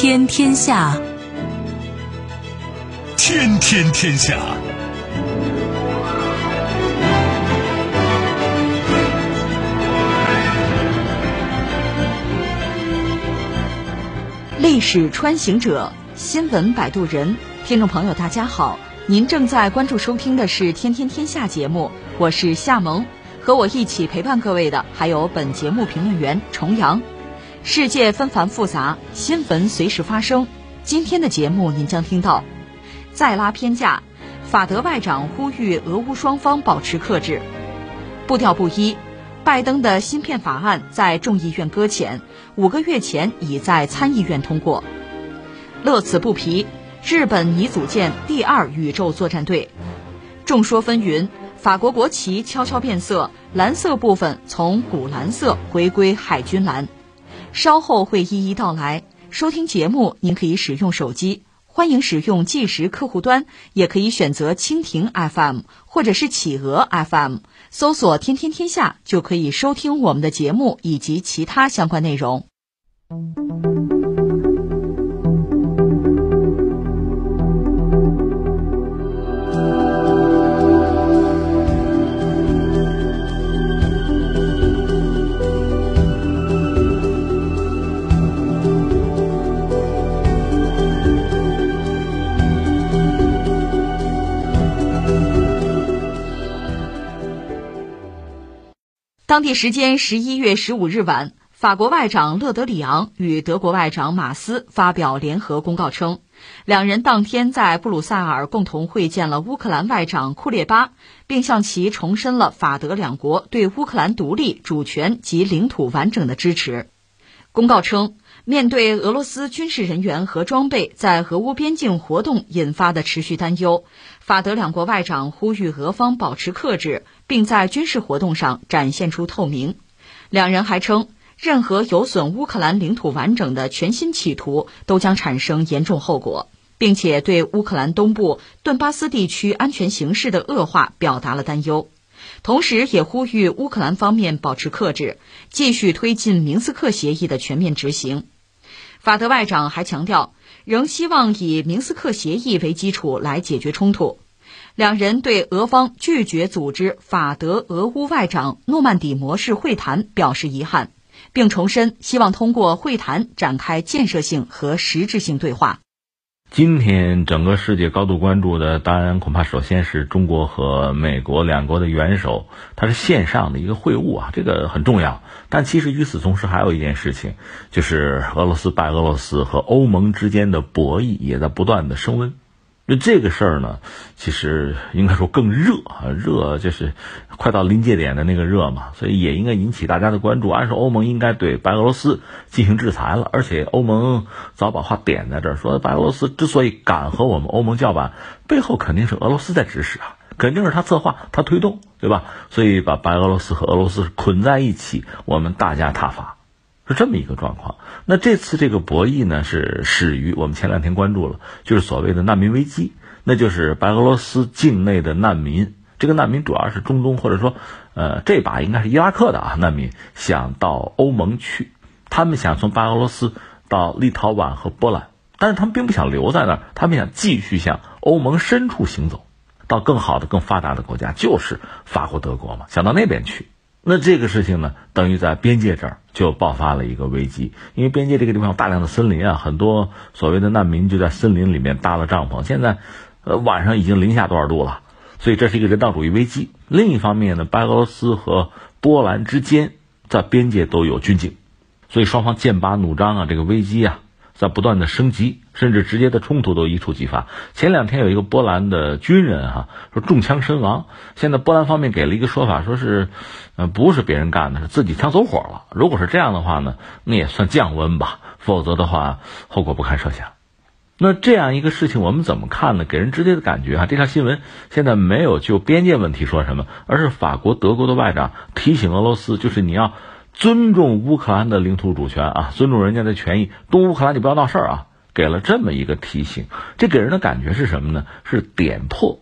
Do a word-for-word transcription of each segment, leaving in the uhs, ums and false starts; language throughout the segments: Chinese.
天天下， 天天天下。 历史穿行者，新闻摆渡人。听众朋友大家好，您正在关注收听的是天天天下节目，我是夏萌，和我一起陪伴各位的还有本节目评论员重阳。世界纷繁复杂，新闻随时发生。今天的节目您将听到：再拉偏架，法德外长呼吁俄乌双方保持克制；步调不一，拜登的芯片法案在众议院搁浅，五个月前已在参议院通过；乐此不疲，日本拟组建第二宇宙作战队；众说纷纭，法国国旗悄悄变色，蓝色部分从古蓝色回归海军蓝。稍后会一一道来。收听节目您可以使用手机，欢迎使用即时客户端，也可以选择蜻蜓 F M 或者是企鹅 F M， 搜索天天天下就可以收听我们的节目以及其他相关内容。当地时间十一月十五日晚，法国外长勒德里昂与德国外长马斯发表联合公告称，两人当天在布鲁塞尔共同会见了乌克兰外长库列巴，并向其重申了法德两国对乌克兰独立、主权及领土完整的支持。公告称，面对俄罗斯军事人员和装备在俄乌边境活动引发的持续担忧，法德两国外长呼吁俄方保持克制，并在军事活动上展现出透明。两人还称，任何有损乌克兰领土完整的全新企图都将产生严重后果，并且对乌克兰东部顿巴斯地区安全形势的恶化表达了担忧。同时也呼吁乌克兰方面保持克制，继续推进明斯克协议的全面执行。法德外长还强调，仍希望以明斯克协议为基础来解决冲突。两人对俄方拒绝组织法德俄乌外长诺曼底模式会谈表示遗憾，并重申希望通过会谈展开建设性和实质性对话。 今天整个世界高度关注的，当然恐怕首先是中国和美国两国的元首，它是线上的一个会晤啊，这个很重要。但其实与此同时还有一件事情，就是俄罗斯白俄罗斯和欧盟之间的博弈也在不断的升温。就这个事儿呢，其实应该说更热啊，热就是快到临界点的那个热嘛，所以也应该引起大家的关注。按说欧盟应该对白俄罗斯进行制裁了，而且欧盟早把话点在这儿，说白俄罗斯之所以敢和我们欧盟叫板，背后肯定是俄罗斯在指使啊，肯定是他策划他推动，对吧？所以把白俄罗斯和俄罗斯捆在一起，我们大加挞伐，是这么一个状况。那这次这个博弈呢，是始于我们前两天关注了，就是所谓的难民危机，那就是白俄罗斯境内的难民，这个难民主要是中东或者说呃这把应该是伊拉克的啊难民，想到欧盟去，他们想从白俄罗斯到立陶宛和波兰，但是他们并不想留在那儿，他们想继续向欧盟深处行走，到更好的更发达的国家，就是法国德国嘛，想到那边去。那这个事情呢，等于在边界这儿就爆发了一个危机，因为边界这个地方有大量的森林啊，很多所谓的难民就在森林里面搭了帐篷，现在呃晚上已经零下多少度了，所以这是一个人道主义危机。另一方面呢，白俄罗斯和波兰之间在边界都有军警，所以双方剑拔弩张啊，这个危机啊在不断的升级，甚至直接的冲突都一触即发。前两天有一个波兰的军人哈、啊、说中枪身亡，现在波兰方面给了一个说法，说是呃不是别人干的，是自己枪走火了。如果是这样的话呢，那也算降温吧，否则的话后果不堪设想。那这样一个事情我们怎么看呢？给人直接的感觉啊，这条新闻现在没有就边界问题说什么，而是法国德国的外长提醒俄罗斯，就是你要尊重乌克兰的领土主权啊，尊重人家的权益，东乌克兰你不要闹事儿啊，给了这么一个提醒。这给人的感觉是什么呢？是点破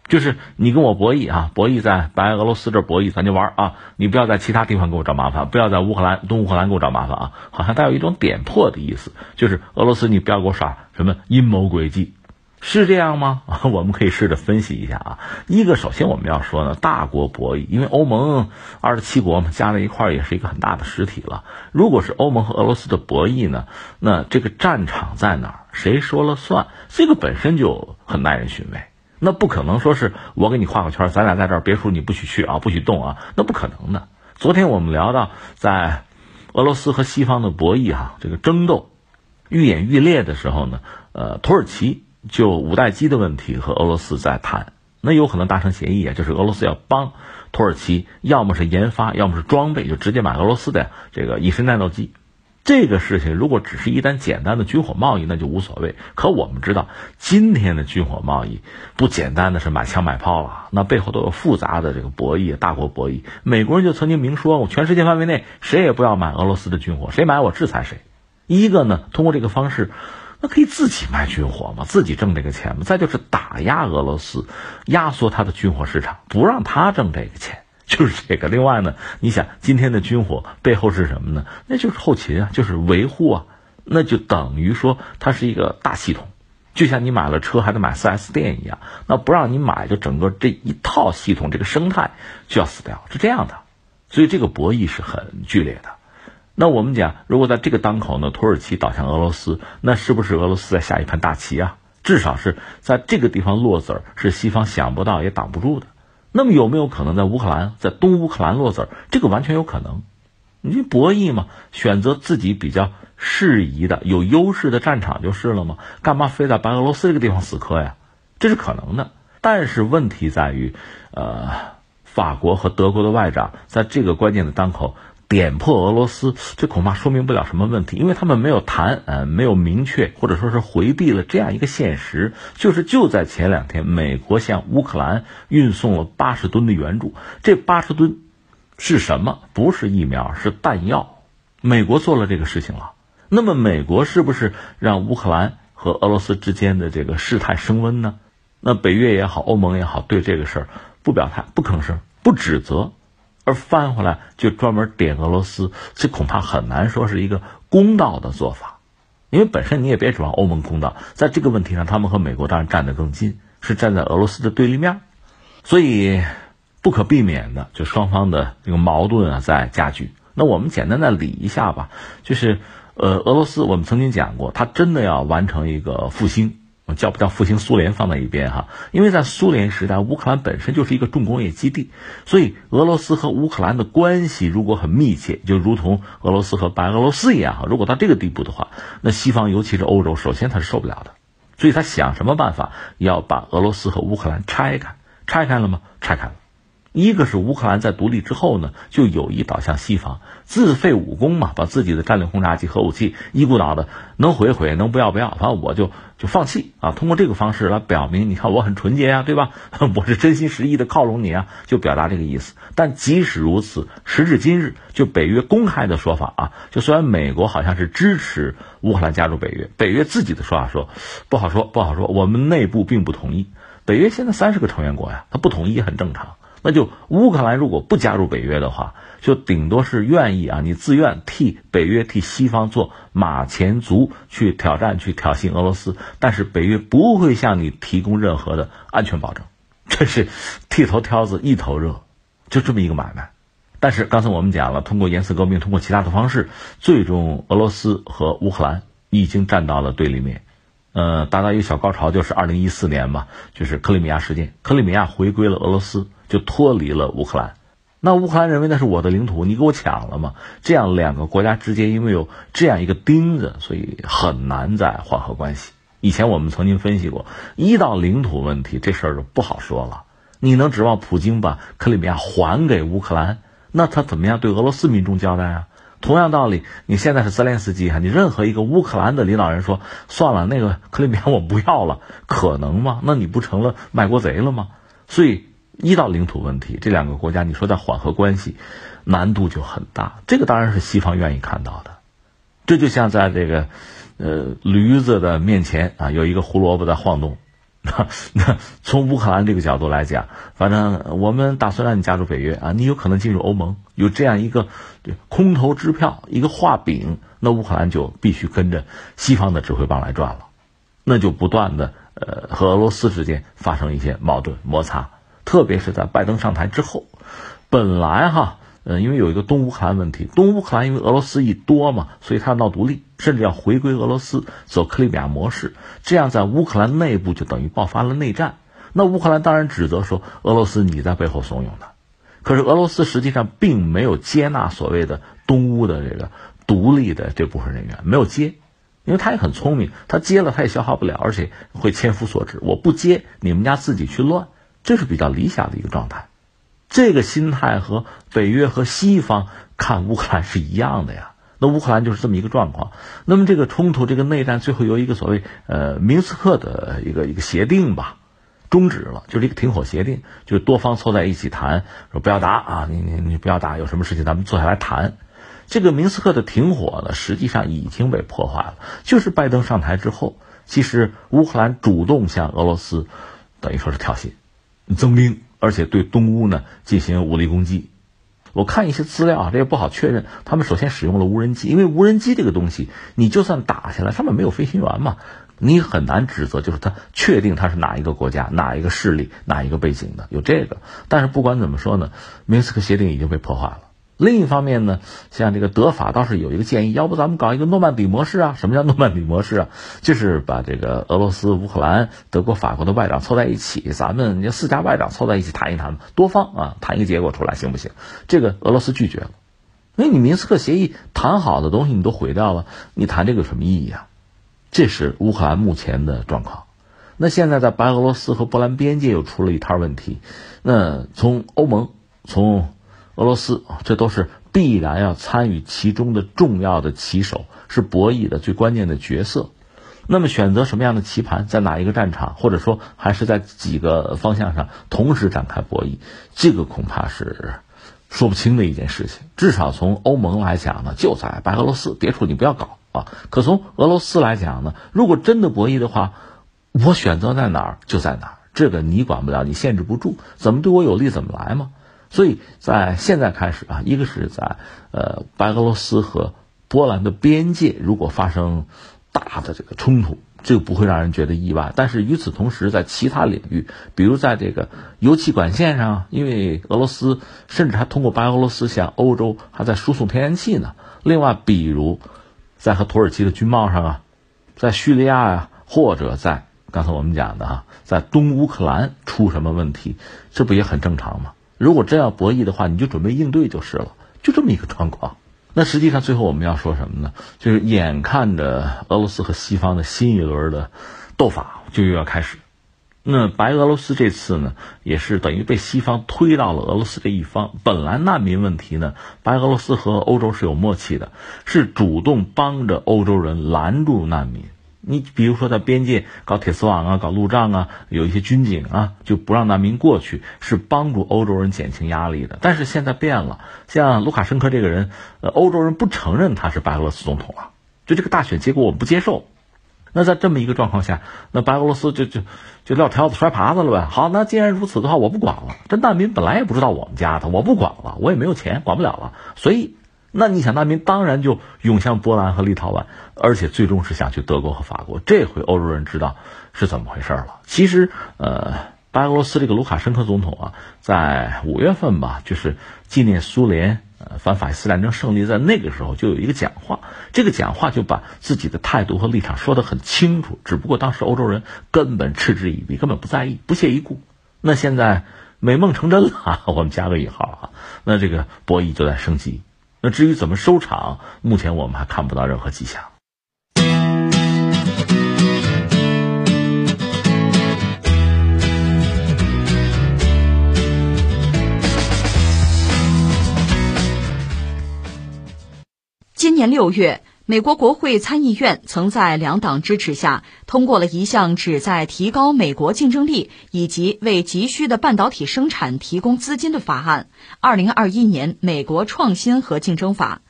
就是你跟我博弈啊，博弈在白俄罗斯这博弈，咱就玩啊，你不要在其他地方给我找麻烦，不要在乌克兰东乌克兰给我找麻烦啊，好像带有一种点破的意思，就是俄罗斯你不要给我耍什么阴谋诡计，是这样吗？我们可以试着分析一下啊。一个，首先我们要说呢，大国博弈，因为欧盟二十七国嘛，加在一块儿也是一个很大的实体了。如果是欧盟和俄罗斯的博弈呢，那这个战场在哪儿，谁说了算？这个本身就很耐人寻味。那不可能说是我给你画个圈，咱俩在这儿，别处你不许去啊，不许动啊，那不可能的。昨天我们聊到，在俄罗斯和西方的博弈哈，这个争斗愈演愈烈的时候呢，呃，土耳其就五代机的问题和俄罗斯在谈，那有可能达成协议啊，就是俄罗斯要帮土耳其，要么是研发，要么是装备，就直接买俄罗斯的这个隐身战斗机。这个事情如果只是一单简单的军火贸易，那就无所谓。可我们知道，今天的军火贸易不简单的是买枪买炮了，那背后都有复杂的这个博弈，大国博弈。美国人就曾经明说，我全世界范围内谁也不要买俄罗斯的军火，谁买我制裁谁。一个呢，通过这个方式，那可以自己卖军火嘛，自己挣这个钱嘛。再就是打压俄罗斯，压缩他的军火市场，不让他挣这个钱。就是这个。另外呢，你想今天的军火背后是什么呢？那就是后勤啊，就是维护啊，那就等于说它是一个大系统，就像你买了车还得买 四 S 店一样，那不让你买，就整个这一套系统这个生态就要死掉，是这样的。所以这个博弈是很剧烈的。那我们讲，如果在这个当口呢，土耳其倒向俄罗斯，那是不是俄罗斯在下一盘大棋啊？至少是在这个地方落子儿，是西方想不到也挡不住的。那么有没有可能在乌克兰，在东乌克兰落子儿？这个完全有可能。你博弈嘛，选择自己比较适宜的、有优势的战场就是了嘛。干嘛非在白俄罗斯这个地方死磕呀？这是可能的。但是问题在于，呃，法国和德国的外长在这个关键的当口点破俄罗斯，这恐怕说明不了什么问题，因为他们没有谈，呃，没有明确，或者说是回避了这样一个现实，就是就在前两天，美国向乌克兰运送了八十吨的援助，这八十吨是什么？不是疫苗，是弹药。美国做了这个事情了，那么美国是不是让乌克兰和俄罗斯之间的这个事态升温呢？那北约也好，欧盟也好，对这个事儿不表态、不吭声、不指责。而翻回来就专门点俄罗斯，这恐怕很难说是一个公道的做法，因为本身你也别指望欧盟公道，在这个问题上他们和美国当然站得更近，是站在俄罗斯的对立面，所以不可避免的就双方的这个矛盾啊在加剧。那我们简单的理一下吧，就是呃俄罗斯我们曾经讲过，他真的要完成一个复兴，叫不叫复兴苏联放在一边哈，因为在苏联时代，乌克兰本身就是一个重工业基地，所以俄罗斯和乌克兰的关系如果很密切，就如同俄罗斯和白俄罗斯一样，如果到这个地步的话，那西方尤其是欧洲，首先他是受不了的，所以他想什么办法要把俄罗斯和乌克兰拆开，拆开了吗？拆开了。一个是乌克兰在独立之后呢，就有意导向西方，自废武功嘛，把自己的战略轰炸机、核武器一股脑的能毁毁，能不要不要，反正我就就放弃啊。通过这个方式来表明，你看我很纯洁啊，对吧？我是真心实意的靠拢你啊，就表达这个意思。但即使如此，时至今日，就北约公开的说法啊，就虽然美国好像是支持乌克兰加入北约，北约自己的说法说不好说，不好说，我们内部并不同意。北约现在三十个成员国呀，他不统一也很正常。那就乌克兰如果不加入北约的话，就顶多是愿意啊，你自愿替北约替西方做马前卒，去挑战去挑衅俄罗斯，但是北约不会向你提供任何的安全保证，这是剃头挑子一头热，就这么一个买卖。但是刚才我们讲了，通过颜色革命，通过其他的方式，最终俄罗斯和乌克兰已经站到了对立面。呃，达到一个小高潮就是二零一四年嘛，就是克里米亚事件，克里米亚回归了俄罗斯，就脱离了乌克兰。那乌克兰认为那是我的领土，你给我抢了嘛？这样两个国家之间因为有这样一个钉子，所以很难再缓和关系。以前我们曾经分析过，一到领土问题这事儿就不好说了。你能指望普京把克里米亚还给乌克兰？那他怎么样对俄罗斯民众交代啊？同样道理，你现在是泽连斯基哈，你任何一个乌克兰的领导人说算了，那个克里米亚我不要了，可能吗？那你不成了卖国贼了吗？所以一到领土问题，这两个国家你说在缓和关系难度就很大，这个当然是西方愿意看到的。这就像在这个呃驴子的面前啊，有一个胡萝卜在晃动， 那那从乌克兰这个角度来讲，反正我们打算让你加入北约啊，你有可能进入欧盟，有这样一个空头支票，一个画饼，那乌克兰就必须跟着西方的指挥棒来转了，那就不断的呃和俄罗斯之间发生一些矛盾摩擦，特别是在拜登上台之后，本来哈。呃，因为有一个东乌克兰问题，东乌克兰因为俄罗斯一多嘛，所以他要闹独立，甚至要回归俄罗斯，走克里米亚模式，这样在乌克兰内部就等于爆发了内战。那乌克兰当然指责说俄罗斯你在背后怂恿的，可是俄罗斯实际上并没有接纳所谓的东乌的这个独立的这部分人员，没有接，因为他也很聪明，他接了他也消耗不了，而且会千夫所指，我不接你们家自己去乱，这是比较理想的一个状态。这个心态和北约和西方看乌克兰是一样的呀，那乌克兰就是这么一个状况。那么这个冲突这个内战最后由一个所谓呃明斯克的一个一个协定吧终止了，就是一个停火协定，就是多方凑在一起谈，说不要打啊，你你你不要打，有什么事情咱们坐下来谈。这个明斯克的停火呢实际上已经被破坏了，就是拜登上台之后，其实乌克兰主动向俄罗斯等于说是挑衅增兵，而且对东乌呢进行武力攻击。我看一些资料啊，这也不好确认，他们首先使用了无人机，因为无人机这个东西你就算打下来上面没有飞行员嘛，你很难指责就是他确定他是哪一个国家哪一个势力哪一个背景的，有这个。但是不管怎么说呢，明斯克协定已经被破坏了。另一方面呢，像这个德法倒是有一个建议，要不咱们搞一个诺曼底模式啊？什么叫诺曼底模式啊？就是把这个俄罗斯、乌克兰、德国、法国的外长凑在一起，咱们这四家外长凑在一起谈一谈，多方啊谈一个结果出来，行不行？这个俄罗斯拒绝了，因为你明斯克协议谈好的东西你都毁掉了，你谈这个有什么意义啊？这是乌克兰目前的状况。那现在在白俄罗斯和波兰边界又出了一摊问题，那从欧盟，从俄罗斯，这都是必然要参与其中的重要的棋手，是博弈的最关键的角色。那么选择什么样的棋盘，在哪一个战场，或者说还是在几个方向上同时展开博弈，这个恐怕是说不清的一件事情。至少从欧盟来讲呢，就在白俄罗斯，别处你不要搞啊。可从俄罗斯来讲呢，如果真的博弈的话，我选择在哪儿就在哪儿，这个你管不了，你限制不住，怎么对我有利怎么来嘛。所以在现在开始啊，一个是在呃白俄罗斯和波兰的边界，如果发生大的这个冲突，这个不会让人觉得意外。但是与此同时，在其他领域，比如在这个油气管线上，因为俄罗斯甚至还通过白俄罗斯向欧洲还在输送天然气呢。另外，比如在和土耳其的军贸上啊，在叙利亚啊，或者在刚才我们讲的哈、啊，在东乌克兰出什么问题，这不也很正常吗？如果真要博弈的话，你就准备应对就是了，就这么一个状况。那实际上最后我们要说什么呢？就是眼看着俄罗斯和西方的新一轮的斗法就又要开始。那白俄罗斯这次呢，也是等于被西方推到了俄罗斯这一方。本来难民问题呢，白俄罗斯和欧洲是有默契的，是主动帮着欧洲人拦住难民。你比如说在边界搞铁丝网啊，搞路障啊，有一些军警啊，就不让难民过去，是帮助欧洲人减轻压力的。但是现在变了，像卢卡申科这个人，呃，欧洲人不承认他是白俄罗斯总统了，就这个大选结果我们不接受。那在这么一个状况下，那白俄罗斯就就就撂挑子摔耙子了呗。好，那既然如此的话，我不管了。这难民本来也不知道我们家的，我不管了，我也没有钱，管不了了。所以那你想难民当然就涌向波兰和立陶宛，而且最终是想去德国和法国。这回欧洲人知道是怎么回事了。其实呃白俄罗斯这个卢卡申科总统啊，在五月份吧，就是纪念苏联呃反法西斯战争胜利，在那个时候就有一个讲话，这个讲话就把自己的态度和立场说得很清楚，只不过当时欧洲人根本嗤之以鼻，根本不在意，不屑一顾。那现在美梦成真了，我们加个引号啊，那这个博弈就在升级。那至于怎么收场，目前我们还看不到任何迹象。 今年六月，美国国会参议院曾在两党支持下通过了一项旨在提高美国竞争力以及为急需的半导体生产提供资金的法案——二零二一年美国创新和竞争法。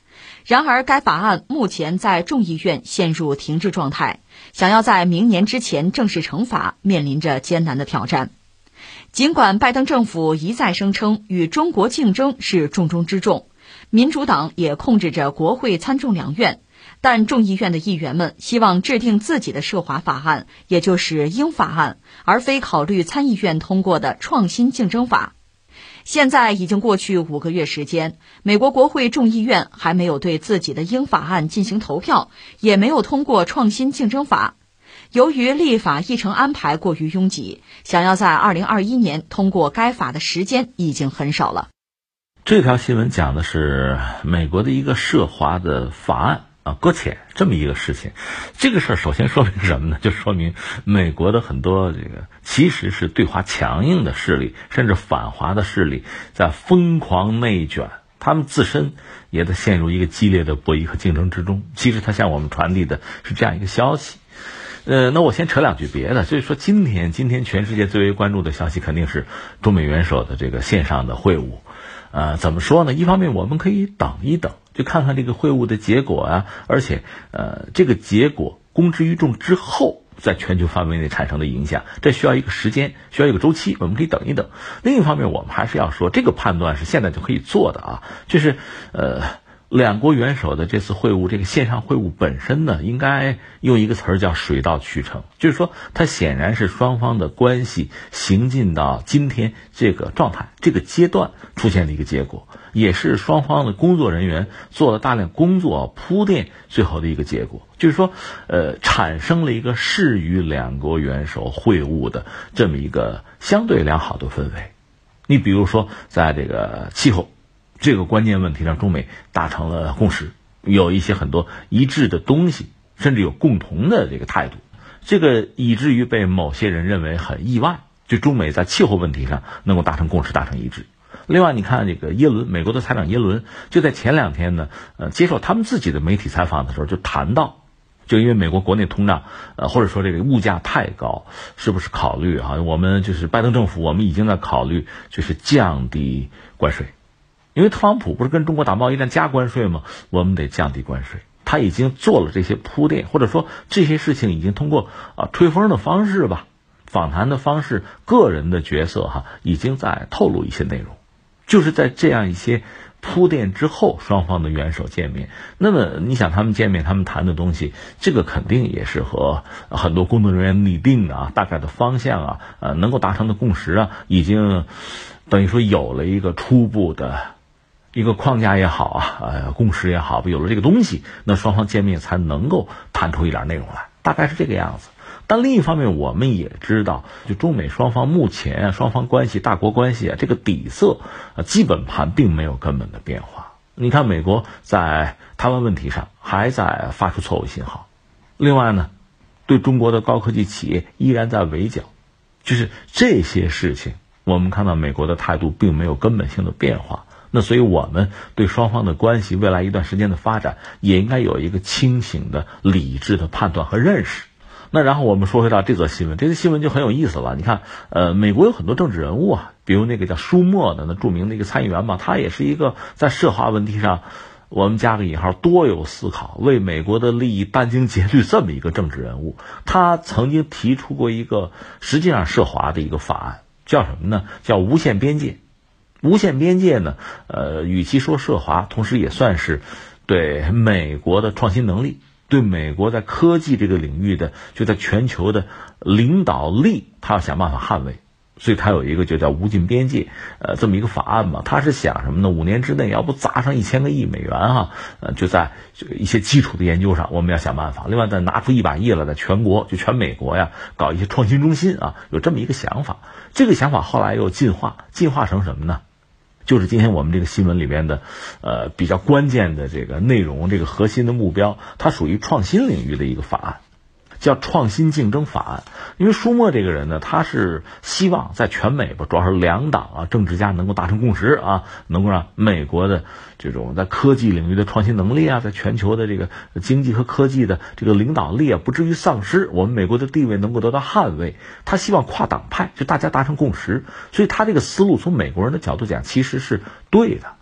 然而，该法案目前在众议院陷入停滞状态，想要在明年之前正式成法，面临着艰难的挑战。尽管拜登政府一再声称与中国竞争是重中之重，民主党也控制着国会参众两院，但众议院的议员们希望制定自己的涉华法案，也就是英法案，而非考虑参议院通过的创新竞争法。现在已经过去五个月时间，美国国会众议院还没有对自己的英法案进行投票，也没有通过创新竞争法。由于立法议程安排过于拥挤，想要在二零二一年通过该法的时间已经很少了。 这条新闻讲的是美国的一个涉华的法案啊，搁浅这么一个事情。这个事儿首先说明什么呢？就说明美国的很多这个其实是对华强硬的势力，甚至反华的势力在疯狂内卷，他们自身也在陷入一个激烈的博弈和竞争之中。其实他向我们传递的是这样一个消息。呃，那我先扯两句别的，就是说今天今天全世界最为关注的消息肯定是中美元首的这个线上的会晤。呃，怎么说呢？一方面我们可以等一等，就看看这个会晤的结果啊，而且呃，这个结果公之于众之后，在全球范围内产生的影响，这需要一个时间，需要一个周期，我们可以等一等。另一方面，我们还是要说，这个判断是现在就可以做的啊，就是呃。两国元首的这次会晤，这个线上会晤本身呢，应该用一个词儿叫水到渠成，就是说它显然是双方的关系行进到今天这个状态这个阶段出现的一个结果，也是双方的工作人员做了大量工作铺垫最后的一个结果，就是说呃，产生了一个适于两国元首会晤的这么一个相对良好的氛围。你比如说在这个气候这个关键问题上，中美达成了共识，有一些很多一致的东西，甚至有共同的这个态度，这个以至于被某些人认为很意外，就中美在气候问题上能够达成共识，达成一致。另外你看这个耶伦，美国的财长耶伦就在前两天呢呃，接受他们自己的媒体采访的时候就谈到，就因为美国国内通胀呃，或者说这个物价太高，是不是考虑啊，我们就是拜登政府我们已经在考虑就是降低关税，因为特朗普不是跟中国打贸易战加关税吗？我们得降低关税。他已经做了这些铺垫，或者说这些事情已经通过啊吹风的方式吧，访谈的方式，个人的角色哈，已经在透露一些内容。就是在这样一些铺垫之后，双方的元首见面。那么你想他们见面，他们谈的东西，这个肯定也是和很多工作人员拟定的啊，大概的方向啊，呃，能够达成的共识啊，已经等于说有了一个初步的一个框架也好啊，呃，共识也好，有了这个东西，那双方见面才能够谈出一点内容来，大概是这个样子。但另一方面，我们也知道，就中美双方目前啊，双方关系、大国关系啊，这个底色啊，基本盘并没有根本的变化。你看，美国在台湾问题上还在发出错误信号，另外呢，对中国的高科技企业依然在围剿，就是这些事情，我们看到美国的态度并没有根本性的变化。那所以我们对双方的关系未来一段时间的发展，也应该有一个清醒的、理智的判断和认识。那然后我们说回到这则新闻，这则新闻就很有意思了。你看，呃，美国有很多政治人物啊，比如那个叫舒默的那著名的一个参议员嘛，他也是一个在涉华问题上，我们加个引号，多有思考，为美国的利益殚精竭虑这么一个政治人物。他曾经提出过一个实际上涉华的一个法案，叫什么呢？叫无限边界。无限边界呢，呃，与其说涉华，同时也算是对美国的创新能力，对美国在科技这个领域的，就在全球的领导力，他要想办法捍卫。所以他有一个就叫无尽边界，呃，这么一个法案嘛。他是想什么呢？五年之内要不砸上一千个亿美元哈，呃，就在一些基础的研究上，我们要想办法。另外再拿出一把亿来，在全国就全美国呀，搞一些创新中心啊，有这么一个想法。这个想法后来又进化，进化成什么呢？就是今天我们这个新闻里边的，呃，比较关键的这个内容，这个核心的目标，它属于创新领域的一个法案，叫创新竞争法案。因为舒默这个人呢，他是希望在全美吧，主要是两党啊，政治家能够达成共识啊，能够让美国的这种在科技领域的创新能力啊，在全球的这个经济和科技的这个领导力啊，不至于丧失，我们美国的地位能够得到捍卫。他希望跨党派，就大家达成共识。所以他这个思路从美国人的角度讲，其实是对的。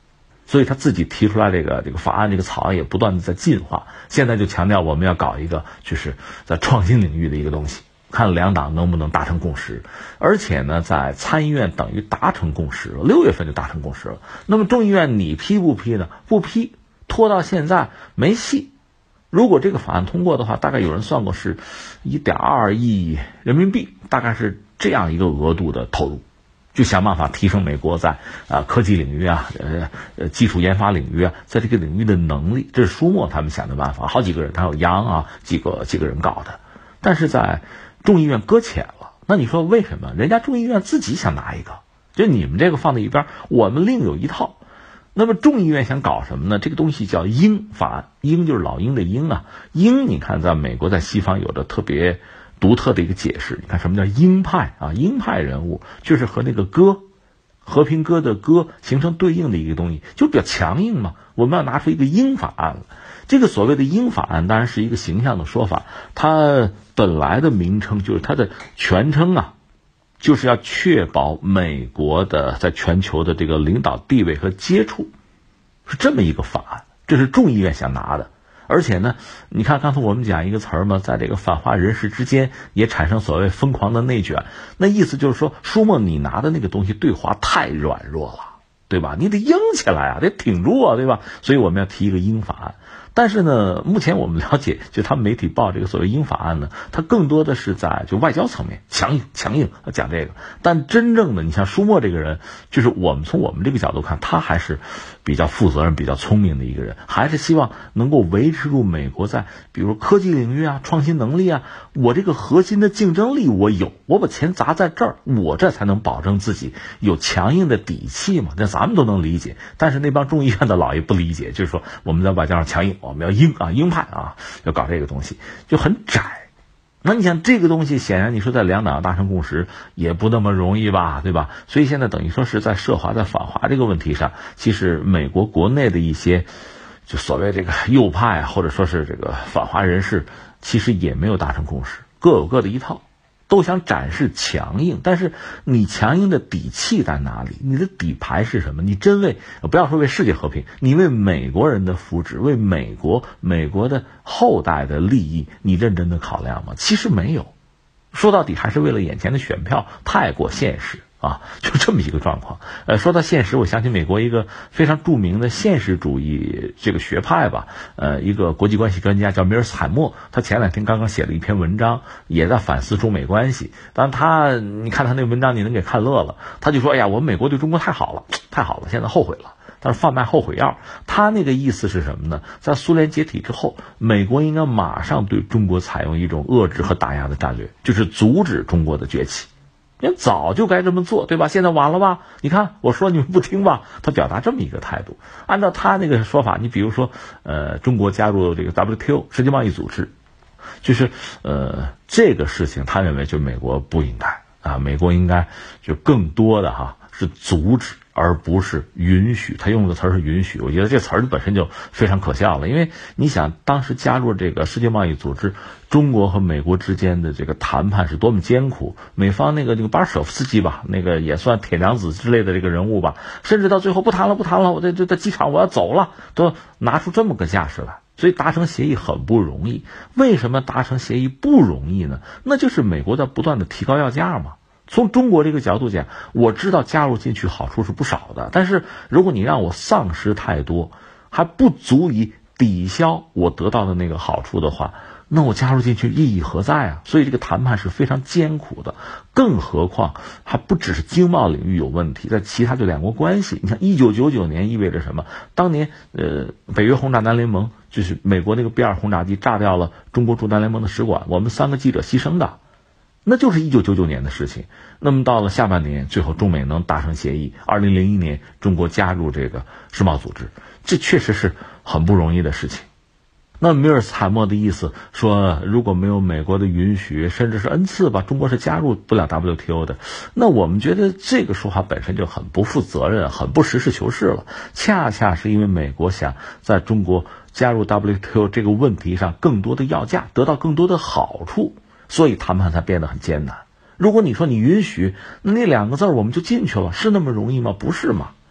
所以他自己提出来这个这个法案，这个草案也不断的在进化。现在就强调我们要搞一个就是在创新领域的一个东西，看两党能不能达成共识。而且呢，在参议院等于达成共识了，六月份就达成共识了。那么众议院你批不批呢？不批，拖到现在没戏。如果这个法案通过的话，大概有人算过是 一点二亿人民币，大概是这样一个额度的投入，就想办法提升美国在啊、呃、科技领域啊、呃呃基础研发领域啊，在这个领域的能力。这是舒默他们想的办法，好几个人，还有杨啊，几个几个人搞的。但是在众议院搁浅了，那你说为什么？人家众议院自己想拿一个，就你们这个放在一边，我们另有一套。那么众议院想搞什么呢？这个东西叫鹰法案，鹰就是老鹰的鹰啊。鹰你看在美国在西方有着特别独特的一个解释。你看什么叫鹰派啊？鹰派人物就是和那个歌和平鸽的歌形成对应的一个东西，就比较强硬嘛。我们要拿出一个鹰法案了。这个所谓的鹰法案当然是一个形象的说法，它本来的名称就是它的全称啊，就是要确保美国的在全球的这个领导地位和接触，是这么一个法案。这是众议院想拿的。而且呢，你看刚才我们讲一个词儿嘛，在这个反华人士之间也产生所谓疯狂的内卷，那意思就是说，舒默你拿的那个东西对华太软弱了，对吧？你得硬起来啊，得挺住啊，对吧？所以我们要提一个鹰法案。但是呢，目前我们了解，就他们媒体报这个所谓鹰法案呢，它更多的是在就外交层面强硬强硬讲这个。但真正的你像舒默这个人，就是我们从我们这个角度看，他还是比较负责任、比较聪明的一个人，还是希望能够维持住美国在比如科技领域啊、创新能力啊，我这个核心的竞争力我有，我把钱砸在这儿，我这才能保证自己有强硬的底气嘛。这咱们都能理解，但是那帮众议院的老爷不理解，就是说我们在外交上强硬。我们要鹰啊，鹰派啊，要搞这个东西就很窄。那你想这个东西，显然你说在两党达成共识也不那么容易吧，对吧？所以现在等于说是在涉华、在反华这个问题上，其实美国国内的一些就所谓这个右派或者说是这个反华人士，其实也没有达成共识，各有各的一套。都想展示强硬，但是你强硬的底气在哪里？你的底牌是什么？你真为不要说为世界和平，你为美国人的福祉，为美国美国的后代的利益，你认真的考量吗？其实没有，说到底还是为了眼前的选票，太过现实啊，就这么一个状况。呃，说到现实，我想起美国一个非常著名的现实主义这个学派吧，呃，一个国际关系专家叫米尔斯海默，他前两天刚刚写了一篇文章，也在反思中美关系。当然他，你看他那文章，你能给看乐了。他就说：“哎呀，我们美国对中国太好了，太好了，现在后悔了。”但是贩卖后悔药。他那个意思是什么呢？在苏联解体之后，美国应该马上对中国采用一种遏制和打压的战略，就是阻止中国的崛起。人早就该这么做，对吧？现在晚了吧？你看我说你们不听吧？他表达这么一个态度。按照他那个说法，你比如说，呃，中国加入这个 W T O 世界贸易组织，就是呃这个事情，他认为就美国不应该啊，美国应该就更多的哈是阻止，而不是允许。他用的词儿是允许，我觉得这词儿本身就非常可笑了。因为你想，当时加入这个世界贸易组织，中国和美国之间的这个谈判是多么艰苦。美方那个这个巴尔舍夫斯基吧，那个也算铁娘子之类的这个人物吧，甚至到最后不谈了不谈了，我在这在机场我要走了，都拿出这么个架势来。所以达成协议很不容易。为什么达成协议不容易呢？那就是美国在不断的提高要价嘛。从中国这个角度讲，我知道加入进去好处是不少的，但是如果你让我丧失太多，还不足以抵消我得到的那个好处的话，那我加入进去意义何在啊？所以这个谈判是非常艰苦的，更何况还不只是经贸领域有问题，在其他就两国关系。你看一九九九年意味着什么？当年呃，北约轰炸南联盟，就是美国那个 B 二轰炸机炸掉了中国驻南联盟的使馆，我们三个记者牺牲的，那就是一九九九年的事情。那么到了下半年，最后中美能达成协议，二零零一年中国加入这个世贸组织，这确实是很不容易的事情。那米尔斯海默的意思说，如果没有美国的允许，甚至是恩赐吧，中国是加入不了 W T O 的。那我们觉得这个说法本身就很不负责任，很不实事求是了。恰恰是因为美国想在中国加入 W T O 这个问题上更多的要价，得到更多的好处，所以谈判才变得很艰难。如果你说你允许，那那两个字我们就进去了，是那么容易吗？不是嘛。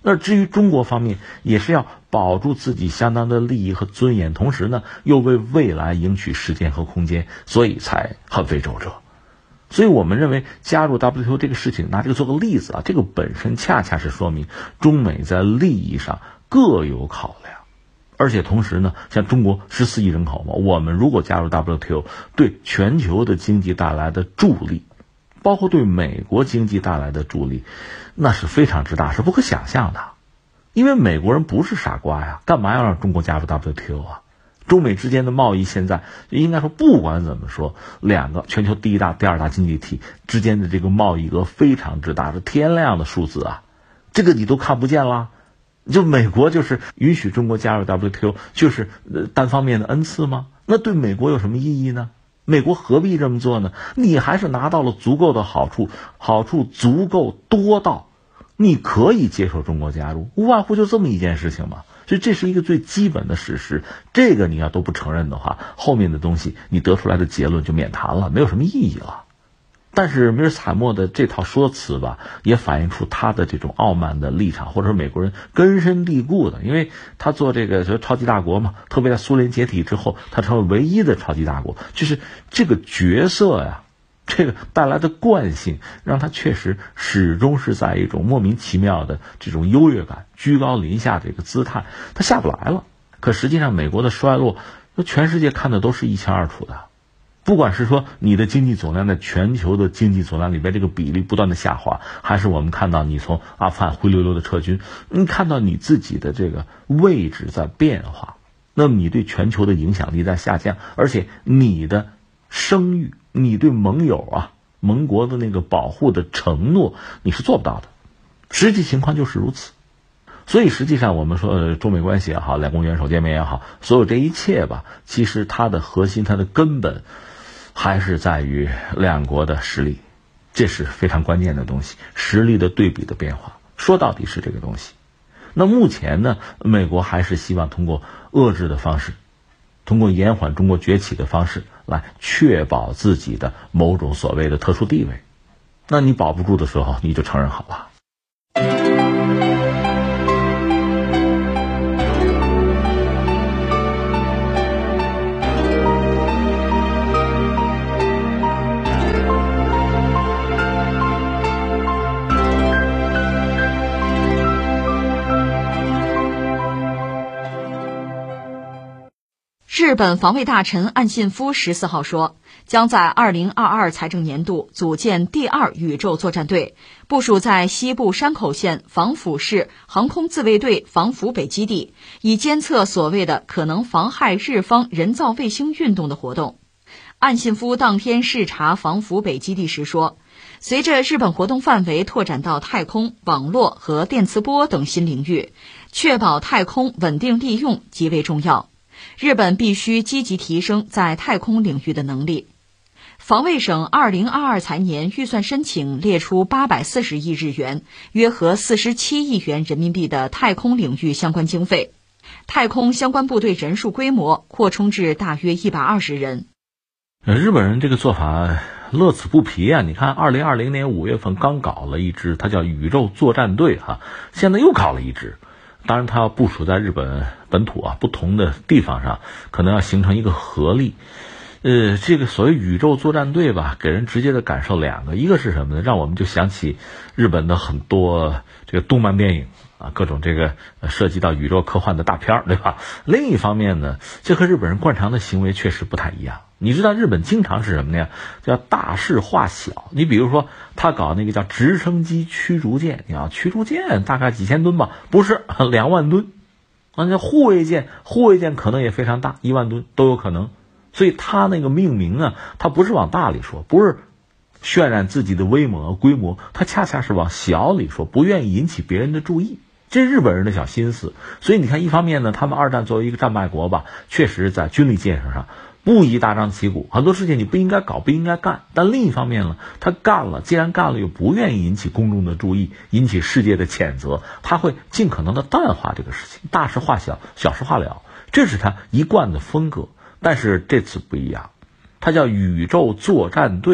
那至于中国方面，也是要保住自己相当的利益和尊严，同时呢，又为未来赢取时间和空间，所以才很费周折。所以我们认为加入 W T O 这个事情，拿这个做个例子啊，这个本身恰恰是说明中美在利益上各有考量。而且同时呢，像中国十四亿人口嘛，我们如果加入 W T O， 对全球的经济带来的助力，包括对美国经济带来的助力，那是非常之大，是不可想象的。因为美国人不是傻瓜呀，干嘛要让中国加入 W T O 啊？中美之间的贸易现在应该说，不管怎么说，两个全球第一大、第二大经济体之间的这个贸易额非常之大，是天量的数字啊，这个你都看不见啦。就美国就是允许中国加入 W T O， 就是单方面的恩赐吗？那对美国有什么意义呢？美国何必这么做呢？你还是拿到了足够的好处，好处足够多到你可以接受中国加入，无外乎就这么一件事情嘛。所以这是一个最基本的事实，这个你要都不承认的话，后面的东西你得出来的结论就免谈了，没有什么意义了。但是米尔斯海默的这套说辞吧，也反映出他的这种傲慢的立场，或者说美国人根深蒂固的，因为他做这个说超级大国嘛，特别在苏联解体之后，他成为唯一的超级大国，就是这个角色呀，这个带来的惯性，让他确实始终是在一种莫名其妙的这种优越感、居高临下这个姿态，他下不来了。可实际上，美国的衰落，全世界看的都是一清二楚的。不管是说你的经济总量在全球的经济总量里边这个比例不断的下滑，还是我们看到你从阿富汗灰溜溜的撤军，你看到你自己的这个位置在变化，那么你对全球的影响力在下降，而且你的声誉，你对盟友啊、盟国的那个保护的承诺，你是做不到的。实际情况就是如此。所以实际上我们说、呃、中美关系也好，两国元首见面也好，所有这一切吧，其实它的核心、它的根本还是在于两国的实力，这是非常关键的东西，实力的对比的变化，说到底是这个东西。那目前呢，美国还是希望通过遏制的方式，通过延缓中国崛起的方式来确保自己的某种所谓的特殊地位。那你保不住的时候，你就承认好了。 日本防卫大臣岸信夫十四号说，将在二零二二财政年度组建第二宇宙作战队，部署在西部山口县防府市航空自卫队防府北基地，以监测所谓的可能妨害日方人造卫星运动的活动。岸信夫当天视察防府北基地时说，随着日本活动范围拓展到太空、网络和电磁波等新领域，确保太空稳定利用极为重要。日本必须积极提升在太空领域的能力。防卫省二零二二财年预算申请列出八百四十亿日元，约合四十七亿元人民币的太空领域相关经费。太空相关部队人数规模扩充至大约一百二十人。 日本人这个做法乐此不疲啊！你看，二零二零年五月份刚搞了一支，它叫宇宙作战队哈、啊，现在又搞了一支。当然，它要部署在日本本土啊不同的地方上，可能要形成一个合力。呃，这个所谓宇宙作战队吧，给人直接的感受两个，一个是什么呢？让我们就想起日本的很多这个动漫电影啊，各种这个涉及到宇宙科幻的大片，对吧？另一方面呢，这和日本人惯常的行为确实不太一样。你知道日本经常是什么呢？叫大事化小。你比如说他搞那个叫直升机驱逐舰，你要驱逐舰大概几千吨吧，不是两万吨。那叫护卫舰，护卫舰可能也非常大，一万吨都有可能。所以他那个命名啊，他不是往大里说，不是渲染自己的威猛和规模，他恰恰是往小里说，不愿意引起别人的注意。这是日本人的小心思。所以你看，一方面呢，他们二战作为一个战败国吧，确实在军力建设上不宜大张旗鼓，很多事情你不应该搞，不应该干。但另一方面呢，他干了，既然干了，又不愿意引起公众的注意，引起世界的谴责，他会尽可能的淡化这个事情，大事化小，小事化了，这是他一贯的风格。但是这次不一样，它叫宇宙作战队。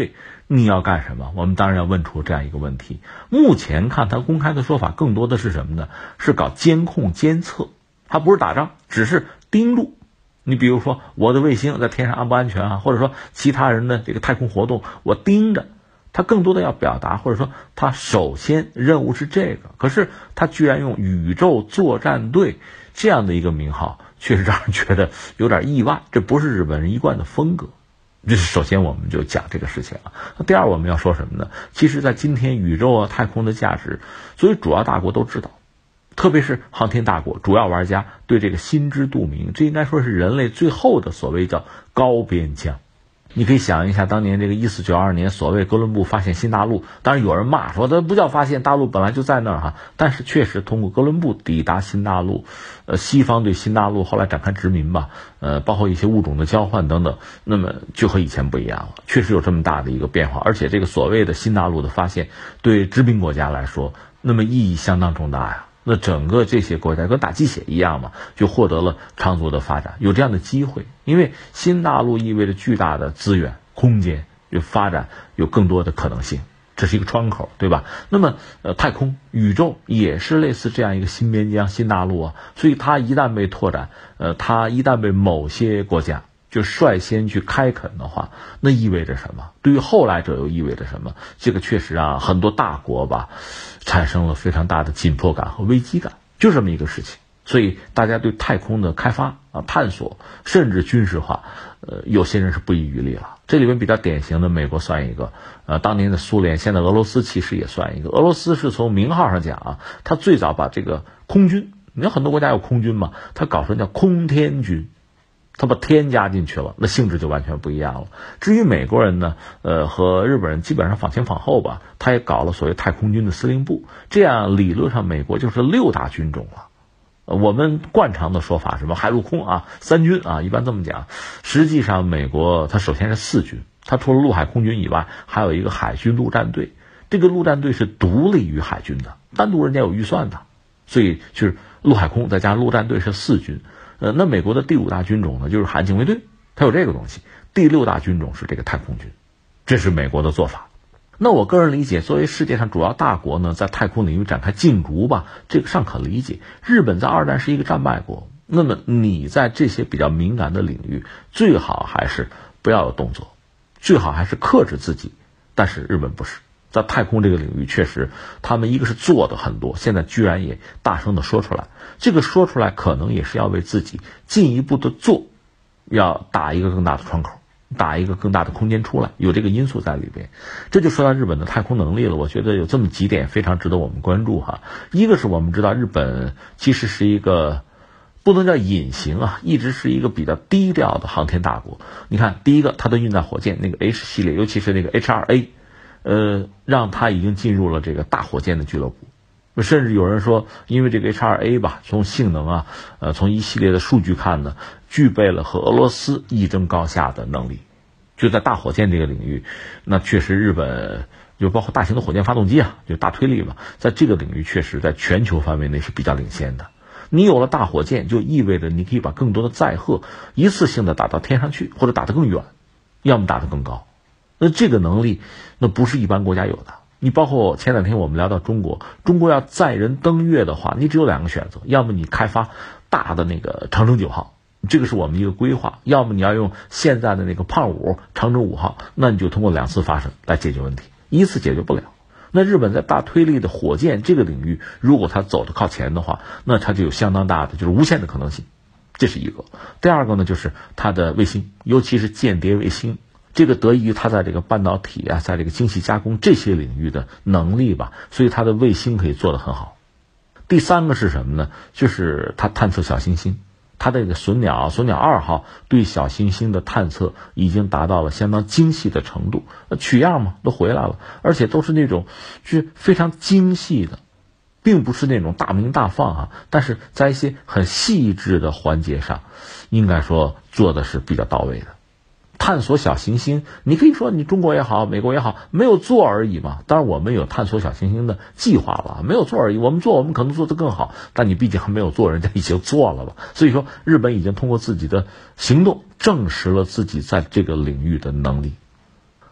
你要干什么？我们当然要问出这样一个问题。目前看他公开的说法更多的是什么呢？是搞监控监测，他不是打仗，只是盯住。你比如说我的卫星在天上安不安全啊，或者说其他人的这个太空活动我盯着。他更多的要表达，或者说他首先任务是这个，可是他居然用宇宙作战队这样的一个名号，确实让人觉得有点意外，这不是日本人一贯的风格。这是首先我们就讲这个事情啊。那第二我们要说什么呢？其实在今天宇宙啊太空的价值，所以主要大国都知道，特别是航天大国主要玩家对这个心知肚明，这应该说是人类最后的所谓叫高边疆。你可以想一下，当年这个一四九二年所谓哥伦布发现新大陆，当然有人骂说它不叫发现，大陆本来就在那儿哈。但是确实通过哥伦布抵达新大陆，呃，西方对新大陆后来展开殖民吧，呃，包括一些物种的交换等等，那么就和以前不一样了，确实有这么大的一个变化。而且这个所谓的新大陆的发现，对殖民国家来说，那么意义相当重大呀。那整个这些国家跟打鸡血一样嘛，就获得了长足的发展，有这样的机会。因为新大陆意味着巨大的资源、空间，有发展，有更多的可能性，这是一个窗口，对吧？那么，呃，太空、宇宙也是类似这样一个新边疆、新大陆啊。所以它一旦被拓展，呃，它一旦被某些国家就率先去开垦的话，那意味着什么？对于后来者又意味着什么？这个确实啊，很多大国吧，产生了非常大的紧迫感和危机感，就这么一个事情。所以大家对太空的开发啊、探索，甚至军事化，呃，有些人是不遗余力了。这里面比较典型的，美国算一个，呃，当年的苏联，现在俄罗斯其实也算一个。俄罗斯是从名号上讲啊，它最早把这个空军，你看很多国家有空军嘛，它搞成叫空天军。他把天加进去了，那性质就完全不一样了。至于美国人呢，呃，和日本人基本上仿前仿后吧，他也搞了所谓太空军的司令部，这样理论上美国就是六大军种了。呃，我们惯常的说法什么海陆空啊，三军啊，一般这么讲。实际上美国它首先是四军，它除了陆海空军以外，还有一个海军陆战队。这个陆战队是独立于海军的，单独人家有预算的，所以就是陆海空再加上陆战队是四军。呃，那美国的第五大军种呢，就是海警卫队，它有这个东西。第六大军种是这个太空军，这是美国的做法。那我个人理解，作为世界上主要大国呢，在太空领域展开竞逐吧，这个尚可理解。日本在二战是一个战败国，那么你在这些比较敏感的领域，最好还是不要有动作，最好还是克制自己。但是日本不是。在太空这个领域，确实他们一个是做的很多，现在居然也大声的说出来，这个说出来可能也是要为自己进一步的做，要打一个更大的窗口，打一个更大的空间出来，有这个因素在里边。这就说到日本的太空能力了，我觉得有这么几点非常值得我们关注哈。一个是我们知道日本其实是一个不能叫隐形啊，一直是一个比较低调的航天大国。你看第一个它的运载火箭那个 H 系列，尤其是那个 H 二 A，呃，让它已经进入了这个大火箭的俱乐部，甚至有人说，因为这个 H 二 A 吧，从性能啊，呃，从一系列的数据看呢，具备了和俄罗斯一争高下的能力。就在大火箭这个领域，那确实日本就包括大型的火箭发动机啊，就大推力嘛，在这个领域确实在全球范围内是比较领先的。你有了大火箭，就意味着你可以把更多的载荷一次性的打到天上去，或者打得更远，要么打得更高。那这个能力，那不是一般国家有的。你包括前两天我们聊到中国，中国要载人登月的话，你只有两个选择，要么你开发大的那个长征九号，这个是我们一个规划，要么你要用现在的那个胖五长征五号，那你就通过两次发射来解决问题，一次解决不了。那日本在大推力的火箭这个领域，如果它走得靠前的话，那它就有相当大的就是无限的可能性，这是一个。第二个呢，就是它的卫星，尤其是间谍卫星，这个得益于它在这个半导体啊，在这个精细加工这些领域的能力吧，所以它的卫星可以做得很好。第三个是什么呢？就是它探测小行星，它这个隼鸟隼鸟二号对小行星的探测已经达到了相当精细的程度，取样嘛都回来了，而且都是那种就是非常精细的，并不是那种大鸣大放啊，但是在一些很细致的环节上，应该说做的是比较到位的。探索小行星，你可以说你中国也好，美国也好，没有做而已嘛。当然我们有探索小行星的计划了，没有做而已。我们做，我们可能做得更好，但你毕竟还没有做，人家已经做了吧。所以说，日本已经通过自己的行动证实了自己在这个领域的能力。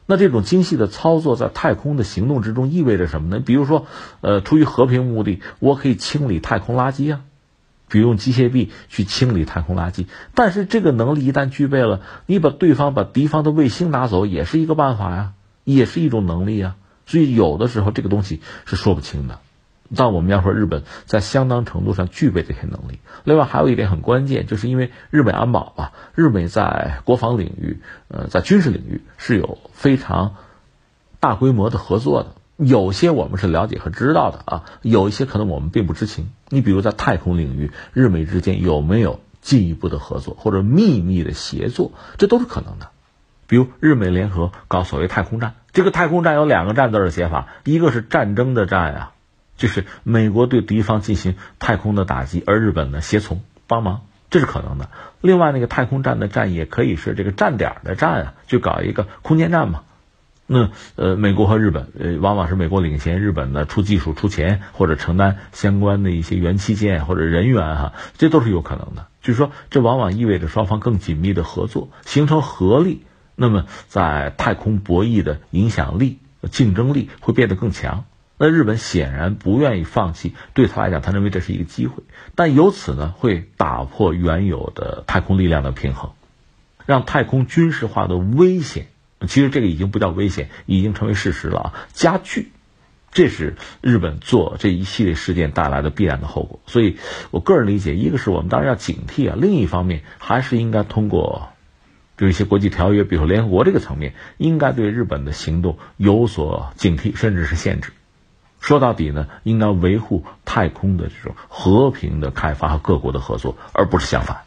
那这种精细的操作在太空的行动之中意味着什么呢？比如说，呃，出于和平目的，我可以清理太空垃圾啊，比如用机械臂去清理太空垃圾。但是这个能力一旦具备了，你把对方把敌方的卫星拿走也是一个办法呀，也是一种能力啊。所以有的时候这个东西是说不清的。但我们要说日本在相当程度上具备这些能力。另外还有一点很关键，就是因为日本安保啊，日美在国防领域呃，在军事领域是有非常大规模的合作的，有些我们是了解和知道的啊，有一些可能我们并不知情。你比如在太空领域，日美之间有没有进一步的合作或者秘密的协作，这都是可能的。比如日美联合搞所谓太空战，这个太空战有两个战字的写法，一个是战争的战啊，就是美国对敌方进行太空的打击，而日本呢协从帮忙，这是可能的。另外那个太空战的战也可以是这个站点的战啊，就搞一个空间站嘛。那呃，美国和日本呃，往往是美国领先，日本呢出技术出钱或者承担相关的一些元器件或者人员哈，这都是有可能的。就是说，这往往意味着双方更紧密的合作，形成合力。那么在太空博弈的影响力、竞争力会变得更强。那日本显然不愿意放弃，对他来讲，他认为这是一个机会，但由此呢，会打破原有的太空力量的平衡，让太空军事化的危险，其实这个已经不叫危险，已经成为事实了啊，加剧。这是日本做这一系列事件带来的必然的后果。所以我个人理解，一个是我们当然要警惕啊，另一方面还是应该通过比如一些国际条约，比如联合国这个层面，应该对日本的行动有所警惕，甚至是限制。说到底呢，应该维护太空的这种和平的开发和各国的合作，而不是相反。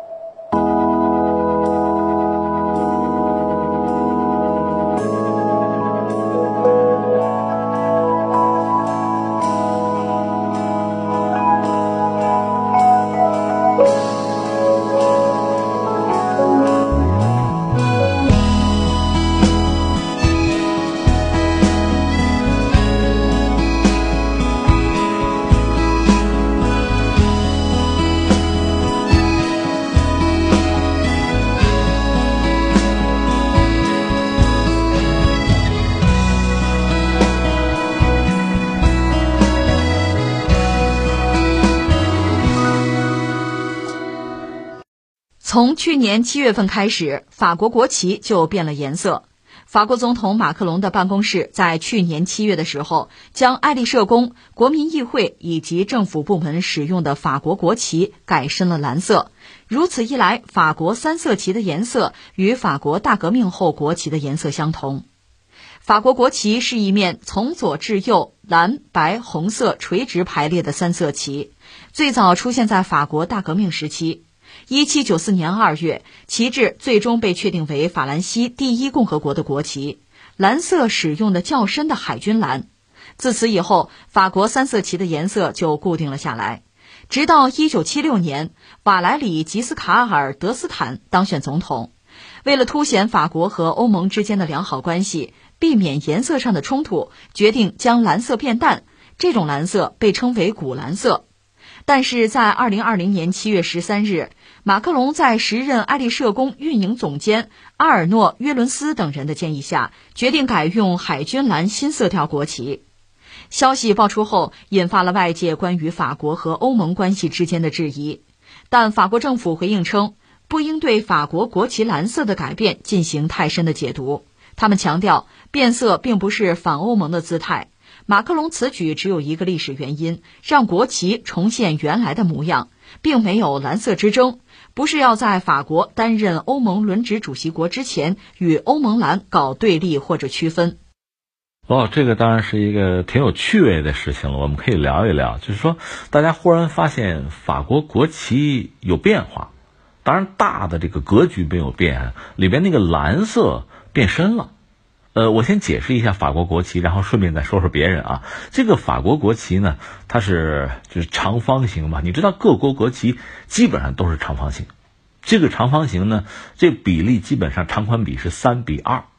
从去年七月份开始，法国国旗就变了颜色。法国总统马克龙的办公室在去年七月的时候，将爱丽舍宫、国民议会以及政府部门使用的法国国旗改深了蓝色。如此一来，法国三色旗的颜色与法国大革命后国旗的颜色相同。法国国旗是一面从左至右蓝、白、红色垂直排列的三色旗，最早出现在法国大革命时期。一七九四年二月，旗帜最终被确定为法兰西第一共和国的国旗，蓝色使用的较深的海军蓝。自此以后，法国三色旗的颜色就固定了下来。直到一九七六年，瓦莱里·吉斯卡尔·德斯坦当选总统。为了凸显法国和欧盟之间的良好关系，避免颜色上的冲突，决定将蓝色变淡，这种蓝色被称为古蓝色。但是在二零二零年七月十三日，马克龙在时任爱丽舍宫运营总监阿尔诺·约伦斯等人的建议下，决定改用海军蓝新色调国旗。消息爆出后，引发了外界关于法国和欧盟关系之间的质疑，但法国政府回应称，不应对法国国旗蓝色的改变进行太深的解读。他们强调，变色并不是反欧盟的姿态。马克龙此举只有一个历史原因，让国旗重现原来的模样，并没有蓝色之争，不是要在法国担任欧盟轮值主席国之前与欧盟蓝搞对立或者区分。 哦，这个当然是一个挺有趣味的事情了，我们可以聊一聊。就是说，大家忽然发现法国国旗有变化，当然大的这个格局没有变，里边那个蓝色变深了。呃，我先解释一下法国国旗，然后顺便再说说别人啊。这个法国国旗呢，它是就是长方形嘛，你知道各国国旗基本上都是长方形。这个长方形呢，这比例基本上长宽比是三比二，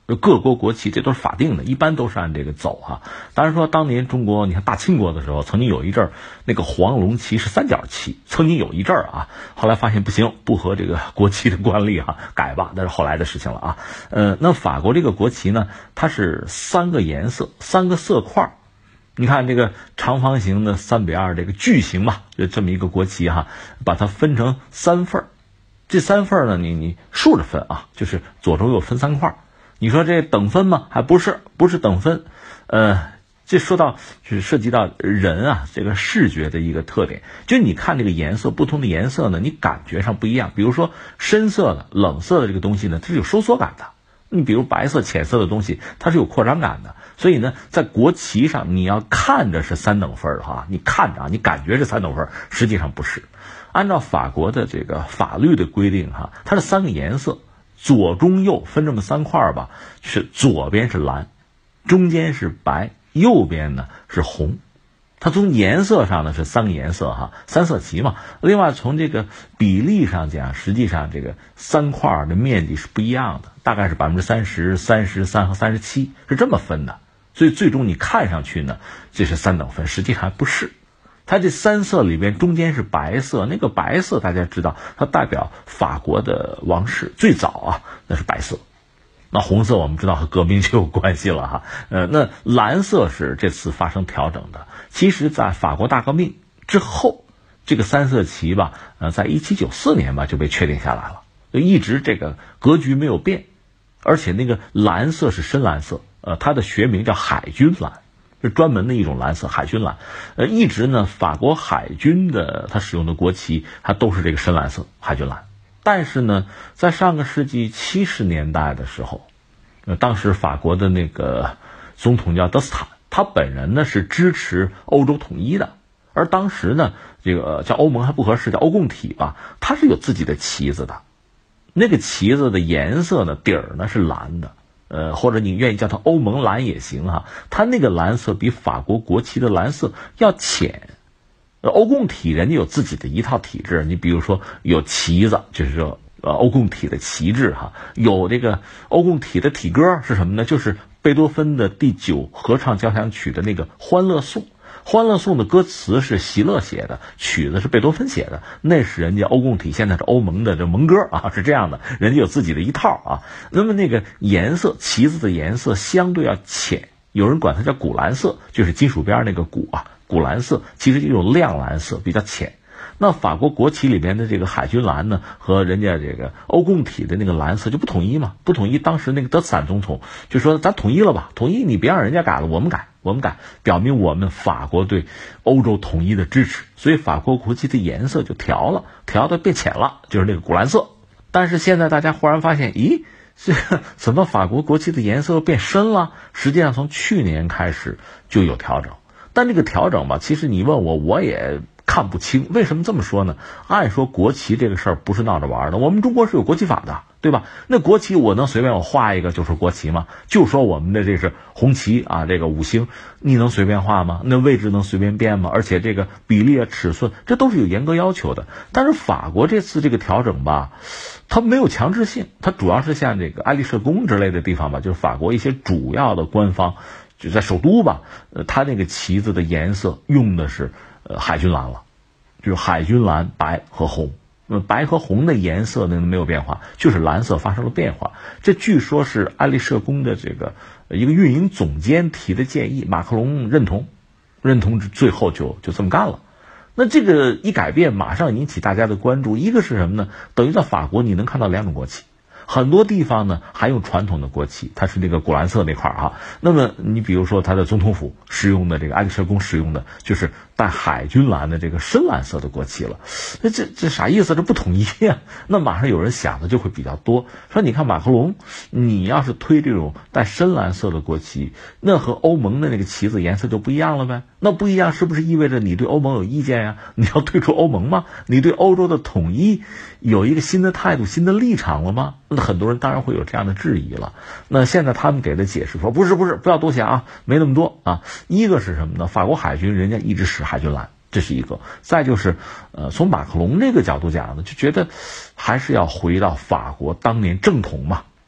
各国国旗这都是法定的，一般都是按这个走哈。当然说当年中国你看大清国的时候，曾经有一阵儿那个黄龙旗是三角旗，曾经有一阵儿啊，后来发现不行，不合这个国旗的惯例哈，改吧，那是后来的事情了啊。呃，那法国这个国旗呢，它是三个颜色，三个色块。你看这个长方形的三比二这个矩形吧，就这么一个国旗哈，把它分成三份儿。这三份儿呢，你你竖着分啊，就是左中右分三块。你说这等分吗？还不是，不是等分。呃，这说到就是涉及到人啊这个视觉的一个特点，就你看这个颜色，不同的颜色呢，你感觉上不一样。比如说深色的、冷色的这个东西呢，它是有收缩感的。你比如白色、浅色的东西，它是有扩张感的。所以呢，在国旗上，你要看着是三等分的话，你看着啊，你感觉是三等分，实际上不是。按照法国的这个法律的规定哈，它是三个颜色。左中右分这么三块吧，是左边是蓝，中间是白，右边呢是红。它从颜色上呢是三个颜色哈，三色旗嘛。另外从这个比例上讲，实际上这个三块的面积是不一样的，大概是百分之三十、三十三和三十七是这么分的。所以最终你看上去呢，这是三等分，实际上还不是。它这三色里边中间是白色，那个白色大家知道，它代表法国的王室，最早啊那是白色。那红色我们知道和革命就有关系了哈。呃，那蓝色是这次发生调整的。其实，在法国大革命之后，这个三色旗吧，呃，在一七九四年吧就被确定下来了，就一直这个格局没有变，而且那个蓝色是深蓝色，呃，它的学名叫海军蓝。是专门的一种蓝色，海军蓝。呃，一直呢，法国海军的它使用的国旗，它都是这个深蓝色，海军蓝。但是呢，在上个世纪七十年代的时候，呃，当时法国的那个总统叫德斯坦，他本人呢是支持欧洲统一的，而当时呢，这个叫欧盟还不合适，叫欧共体吧，它是有自己的旗子的，那个旗子的颜色呢，底儿呢是蓝的。呃，或者你愿意叫它欧盟蓝也行哈，它那个蓝色比法国国旗的蓝色要浅。呃，欧共体人家有自己的一套体制，你比如说有旗子，就是说呃欧共体的旗帜哈，有这个欧共体的体歌是什么呢？就是贝多芬的第九合唱交响曲的那个《欢乐颂》。欢乐颂的歌词是席勒写的，曲子是贝多芬写的，那是人家欧共体，现在是欧盟的这盟歌啊，是这样的，人家有自己的一套啊。那么那个颜色，旗子的颜色相对要浅，有人管它叫钴蓝色，就是金属边那个钴啊，钴蓝色其实一种亮蓝色，比较浅。那法国国旗里边的这个海军蓝呢，和人家这个欧共体的那个蓝色就不统一嘛，不统一。当时那个德斯坦总统就说：“咱统一了吧，统一你别让人家改了，我们改，我们改，表明我们法国对欧洲统一的支持。”所以法国国旗的颜色就调了，调的变浅了，就是那个钴蓝色。但是现在大家忽然发现，咦，这个怎么法国国旗的颜色变深了？实际上从去年开始就有调整，但这个调整吧，其实你问我，我也看不清。为什么这么说呢？按说国旗这个事儿不是闹着玩的，我们中国是有国旗法的，对吧？那国旗我能随便我画一个就是国旗吗？就说我们的这是红旗啊，这个五星，你能随便画吗？那位置能随便变吗？而且这个比例啊、尺寸，这都是有严格要求的。但是法国这次这个调整吧，它没有强制性，它主要是像这个爱丽舍宫之类的地方吧，就是法国一些主要的官方就在首都吧，呃，它那个旗子的颜色用的是呃海军蓝了，就是海军蓝、白和红。那么白和红的颜色呢没有变化，就是蓝色发生了变化。这据说是爱丽舍宫的这个一个运营总监提的建议，马克龙认同，认同最后就就这么干了。那这个一改变，马上引起大家的关注。一个是什么呢？等于在法国你能看到两种国旗。很多地方呢还用传统的国旗，它是那个钴蓝色那块哈。那么你比如说它的总统府使用的这个爱丽舍宫使用的就是带海军蓝的这个深蓝色的国旗了，那这这啥意思？这不统一啊？那马上有人想的就会比较多，说你看马克龙，你要是推这种带深蓝色的国旗，那和欧盟的那个旗子颜色就不一样了呗？那不一样是不是意味着你对欧盟有意见呀？你要退出欧盟吗？你对欧洲的统一有一个新的态度、新的立场了吗？那很多人当然会有这样的质疑了。那现在他们给的解释说，不是不是，不要多想啊，没那么多啊。一个是什么呢？法国海军人家一直使海军蓝，这是一个。再就是呃，从马克龙这个角度讲呢，就觉得还是要回到法国当年正统嘛，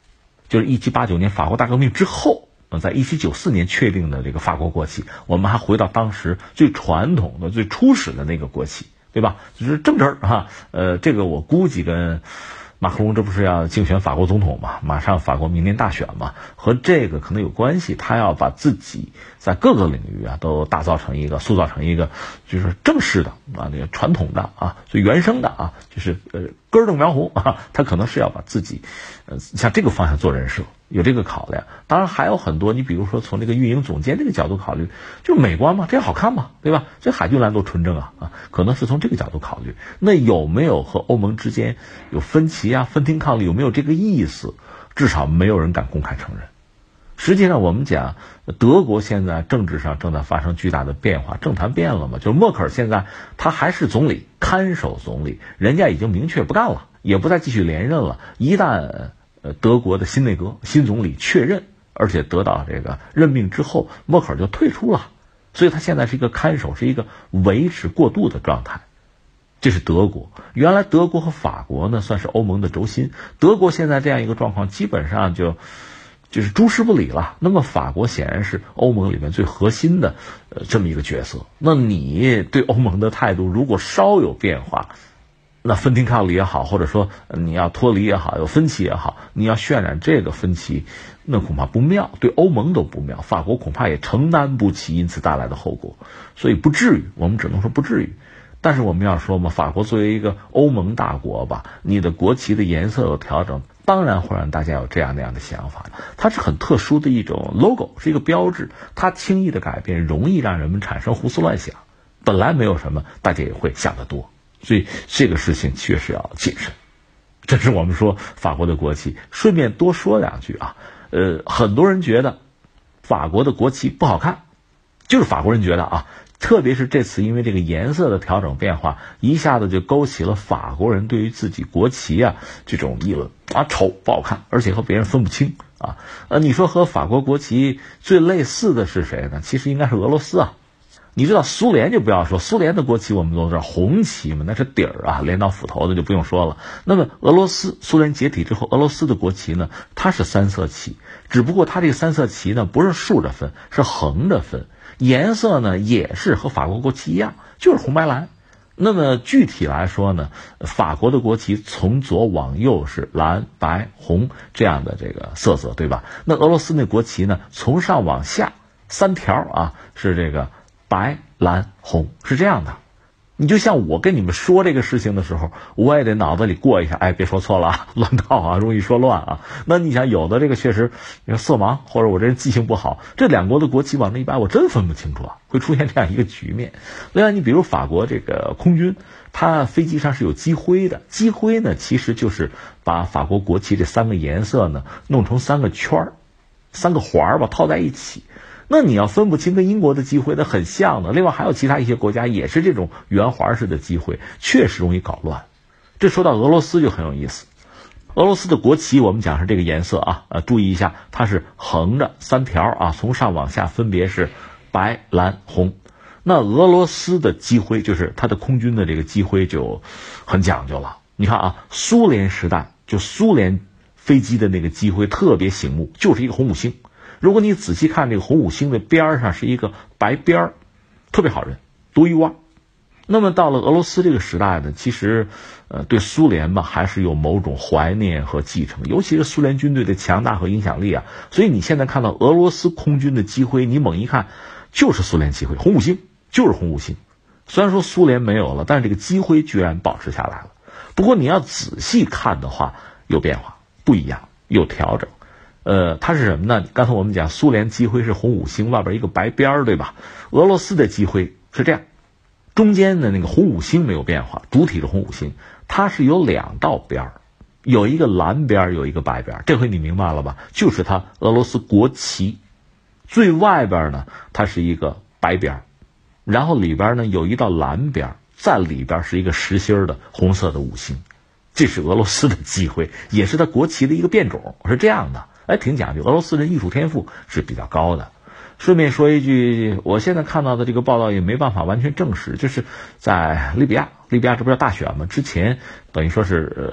就是一七八九年法国大革命之后，在一七九四年确定的这个法国国旗，我们还回到当时最传统的、最初始的那个国旗，对吧？就是正正哈，呃，这个我估计跟马克龙这不是要竞选法国总统嘛，马上法国明年大选嘛，和这个可能有关系。他要把自己在各个领域啊都打造成一个、塑造成一个就是正式的啊，那个传统的啊、最原生的啊，就是呃根正苗红啊，他可能是要把自己呃向这个方向做人设，有这个考量。当然还有很多，你比如说从这个运营总监这个角度考虑，就是美观嘛，这样好看嘛，对吧？这海军蓝多纯正啊啊，可能是从这个角度考虑。那有没有和欧盟之间有分歧啊、分庭抗礼，有没有这个意思？至少没有人敢公开承认。实际上我们讲，德国现在政治上正在发生巨大的变化，政坛变了嘛，就是默克尔现在他还是总理，看守总理，人家已经明确不干了，也不再继续连任了。一旦呃德国的新内阁、新总理确认，而且得到这个任命之后，默克尔就退出了，所以他现在是一个看守，是一个维持过渡的状态。这是德国，原来德国和法国呢算是欧盟的轴心，德国现在这样一个状况，基本上就就是诸事不理了。那么法国显然是欧盟里面最核心的呃这么一个角色。那你对欧盟的态度如果稍有变化，那分庭抗礼也好，或者说你要脱离也好，有分歧也好，你要渲染这个分歧，那恐怕不妙，对欧盟都不妙，法国恐怕也承担不起因此带来的后果，所以不至于，我们只能说不至于。但是我们要说嘛，法国作为一个欧盟大国吧，你的国旗的颜色有调整，当然会让大家有这样那样的想法。它是很特殊的一种 logo， 是一个标志，它轻易的改变容易让人们产生胡思乱想，本来没有什么，大家也会想得多，所以这个事情确实要谨慎。这是我们说法国的国旗。顺便多说两句啊，呃，很多人觉得法国的国旗不好看，就是法国人觉得啊，特别是这次因为这个颜色的调整变化，一下子就勾起了法国人对于自己国旗啊这种议论啊，丑不好看，而且和别人分不清啊。呃，你说和法国国旗最类似的是谁呢？其实应该是俄罗斯啊。你知道苏联就不要说，苏联的国旗我们都知道红旗嘛，那是底儿啊，镰刀斧头的就不用说了。那么俄罗斯苏联解体之后，俄罗斯的国旗呢，它是三色旗，只不过它这个三色旗呢不是竖着分，是横着分。颜色呢也是和法国国旗一样，就是红白蓝。那么具体来说呢，法国的国旗从左往右是蓝白红这样的这个色泽，对吧？那俄罗斯那国旗呢，从上往下三条啊是这个白蓝红，是这样的。你就像我跟你们说这个事情的时候，我也得脑子里过一下，哎，别说错了啊，乱套啊，容易说乱啊。那你想有的这个确实色盲，或者我这人记性不好，这两国的国旗往那一摆，我真分不清楚啊，会出现这样一个局面。另外你比如法国这个空军，它飞机上是有机徽的，机徽呢其实就是把法国国旗这三个颜色呢弄成三个圈儿、三个环儿吧，套在一起。那你要分不清，跟英国的机徽的很像的。另外还有其他一些国家也是这种圆环式的机徽，确实容易搞乱。这说到俄罗斯就很有意思。俄罗斯的国旗我们讲是这个颜色啊，呃，注意一下，它是横着三条啊，从上往下分别是白蓝红。那俄罗斯的机徽就是它的空军的这个机徽就很讲究了。你看啊，苏联时代就苏联飞机的那个机徽特别醒目，就是一个红五星。如果你仔细看这个红五星的边上是一个白边儿，特别好认，独一无二。那么到了俄罗斯这个时代呢，其实呃对苏联吧还是有某种怀念和继承，尤其是苏联军队的强大和影响力啊。所以你现在看到俄罗斯空军的机徽，你猛一看就是苏联机徽，红五星就是红五星。虽然说苏联没有了，但是这个机徽居然保持下来了。不过你要仔细看的话，有变化，不一样，有调整。呃，它是什么呢？刚才我们讲苏联机徽是红五星，外边一个白边儿，对吧？俄罗斯的机徽是这样，中间的那个红五星没有变化，主体是红五星，它是有两道边儿，有一个蓝边儿，有一个白边儿。这回你明白了吧？就是它俄罗斯国旗最外边呢，它是一个白边儿，然后里边呢有一道蓝边儿，在里边是一个实心的红色的五星。这是俄罗斯的机徽，也是它国旗的一个变种，是这样的。哎，挺讲究，俄罗斯人艺术天赋是比较高的。顺便说一句，我现在看到的这个报道也没办法完全证实，就是在利比亚，利比亚这不是大选吗？之前等于说是呃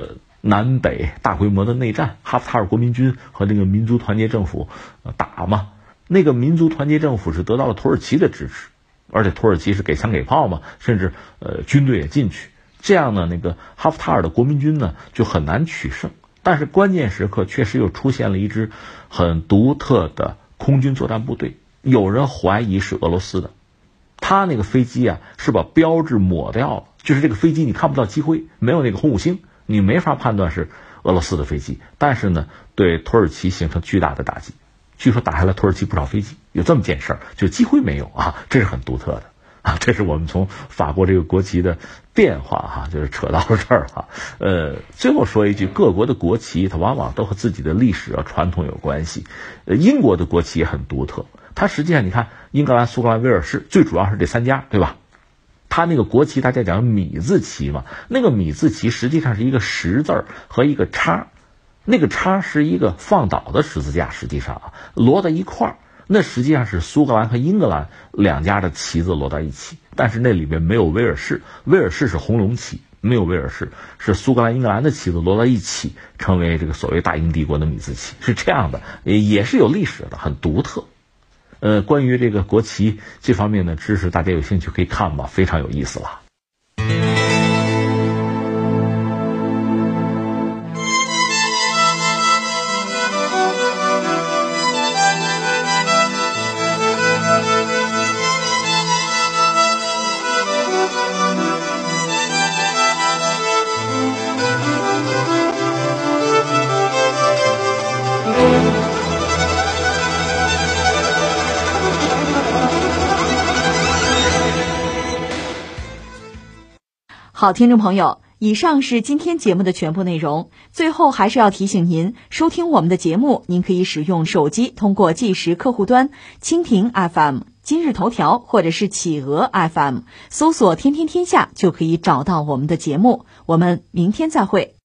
南北大规模的内战，哈夫塔尔国民军和这个民族团结政府打嘛。那个民族团结政府是得到了土耳其的支持，而且土耳其是给枪给炮嘛，甚至呃军队也进去。这样呢，那个哈夫塔尔的国民军呢就很难取胜。但是关键时刻确实又出现了一支很独特的空军作战部队，有人怀疑是俄罗斯的。他那个飞机啊是把标志抹掉了，就是这个飞机你看不到机徽，没有那个红五星，你没法判断是俄罗斯的飞机。但是呢，对土耳其形成巨大的打击。据说打下来土耳其不少飞机，有这么件事儿，就机会没有啊，这是很独特的啊。这是我们从法国这个国旗的变化哈、啊，就是扯到了这儿哈、啊。呃，最后说一句，各国的国旗它往往都和自己的历史啊传统有关系。呃，英国的国旗也很独特，它实际上你看英格兰、苏格兰、威尔士，最主要是这三家，对吧？它那个国旗大家讲米字旗嘛，那个米字旗实际上是一个十字和一个叉。那个叉是一个放倒的十字架，实际上啊摞在一块儿，那实际上是苏格兰和英格兰两家的旗子摞在一起，但是那里面没有威尔士，威尔士是红龙旗，没有威尔士，是苏格兰、英格兰的旗子摞在一起，成为这个所谓大英帝国的米字旗，是这样的，也是有历史的，很独特。呃，关于这个国旗这方面的知识，大家有兴趣可以看吧，非常有意思了。 好，听众朋友，以上是今天节目的全部内容。最后还是要提醒您，收听我们的节目，您可以使用手机通过即时客户端蜻蜓 F M、今日头条或者是企鹅 F M 搜索天天天下就可以找到我们的节目。我们明天再会。